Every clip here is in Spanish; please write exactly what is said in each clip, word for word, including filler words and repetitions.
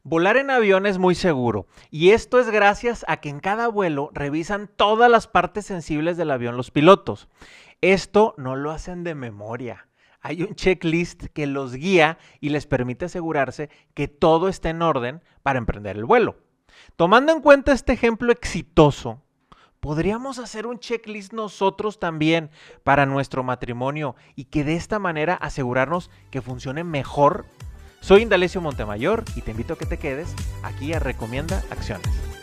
Volar en avión es muy seguro, y esto es gracias a que en cada vuelo revisan todas las partes sensibles del avión los pilotos. Esto no lo hacen de memoria. Hay un checklist que los guía y les permite asegurarse que todo esté en orden para emprender el vuelo. Tomando en cuenta este ejemplo exitoso, podríamos hacer un checklist nosotros también para nuestro matrimonio y que de esta manera asegurarnos que funcione mejor. Soy Indalecio Montemayor y te invito a que te quedes aquí a Recomienda Acciones.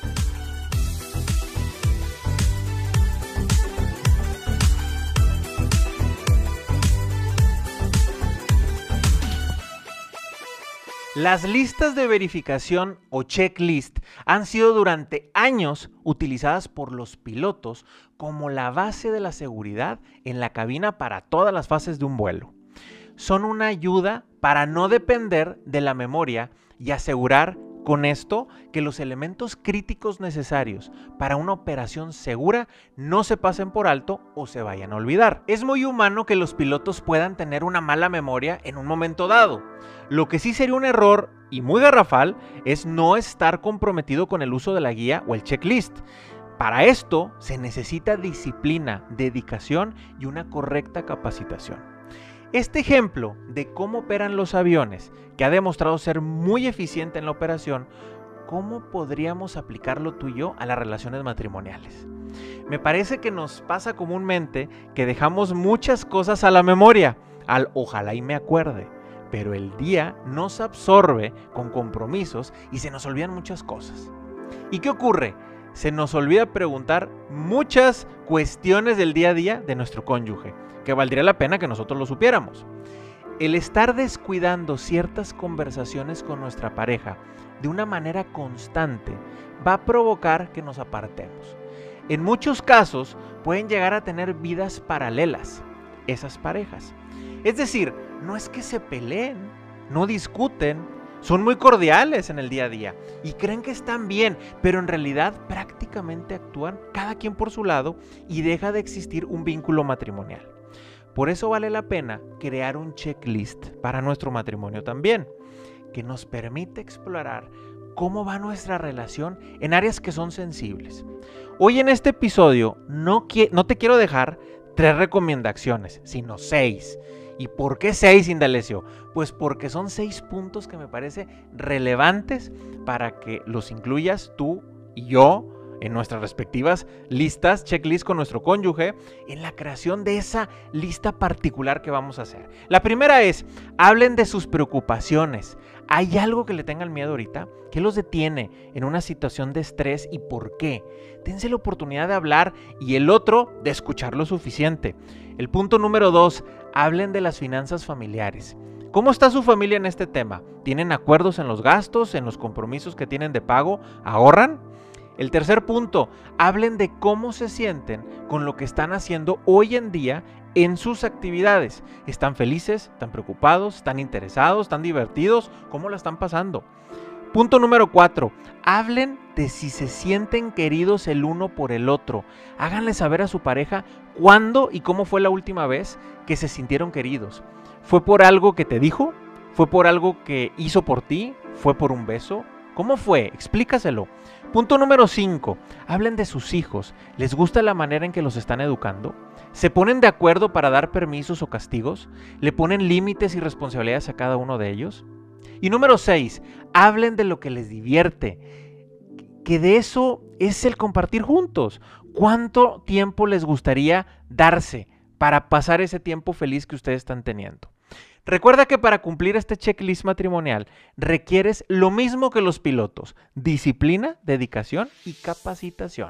Las listas de verificación o checklist han sido durante años utilizadas por los pilotos como la base de la seguridad en la cabina para todas las fases de un vuelo. Son una ayuda para no depender de la memoria y asegurar con esto que los elementos críticos necesarios para una operación segura no se pasen por alto o se vayan a olvidar. Es muy humano que los pilotos puedan tener una mala memoria en un momento dado. Lo que sí sería un error y muy garrafal es no estar comprometido con el uso de la guía o el checklist. Para esto se necesita disciplina, dedicación y una correcta capacitación. Este ejemplo de cómo operan los aviones, que ha demostrado ser muy eficiente en la operación, ¿cómo podríamos aplicarlo tú y yo a las relaciones matrimoniales? Me parece que nos pasa comúnmente que dejamos muchas cosas a la memoria, al ojalá y me acuerde, pero el día nos absorbe con compromisos y se nos olvidan muchas cosas. ¿Y qué ocurre? Se nos olvida preguntar muchas cuestiones del día a día de nuestro cónyuge, que valdría la pena que nosotros lo supiéramos. El estar descuidando ciertas conversaciones con nuestra pareja de una manera constante va a provocar que nos apartemos. En muchos casos pueden llegar a tener vidas paralelas esas parejas. Es decir, no es que se peleen, no discuten, son muy cordiales en el día a día y creen que están bien, pero en realidad prácticamente actúan cada quien por su lado y deja de existir un vínculo matrimonial. Por eso vale la pena crear un checklist para nuestro matrimonio también, que nos permite explorar cómo va nuestra relación en áreas que son sensibles. Hoy en este episodio no, no te quiero dejar tres recomendaciones, sino seis. ¿Y por qué seis, Indalecio? Pues porque son seis puntos que me parece relevantes para que los incluyas tú y yo en nuestras respectivas listas, checklist con nuestro cónyuge, en la creación de esa lista particular que vamos a hacer. La primera es, hablen de sus preocupaciones. ¿Hay algo que le tengan miedo ahorita? ¿Qué los detiene en una situación de estrés y por qué? Dense la oportunidad de hablar y el otro de escuchar lo suficiente. El punto número dos, hablen de las finanzas familiares. ¿Cómo está su familia en este tema? ¿Tienen acuerdos en los gastos, en los compromisos que tienen de pago? ¿Ahorran? El tercer punto, hablen de cómo se sienten con lo que están haciendo hoy en día en sus actividades. ¿Están felices? ¿Están preocupados? ¿Están interesados? ¿Están divertidos? ¿Cómo la están pasando? Punto número cuatro, hablen de si se sienten queridos el uno por el otro. Háganle saber a su pareja cuándo y cómo fue la última vez que se sintieron queridos. ¿Fue por algo que te dijo? ¿Fue por algo que hizo por ti? ¿Fue por un beso? ¿Cómo fue? Explícaselo. Punto número cinco. Hablen de sus hijos. ¿Les gusta la manera en que los están educando? ¿Se ponen de acuerdo para dar permisos o castigos? ¿Le ponen límites y responsabilidades a cada uno de ellos? Y número seis. Hablen de lo que les divierte. Que de eso es el compartir juntos. ¿Cuánto tiempo les gustaría darse para pasar ese tiempo feliz que ustedes están teniendo? Recuerda que para cumplir este checklist matrimonial requieres lo mismo que los pilotos: disciplina, dedicación y capacitación.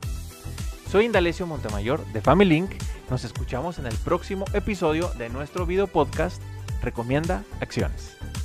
Soy Indalecio Montemayor de Family Link. Nos escuchamos en el próximo episodio de nuestro video podcast Recomienda Acciones.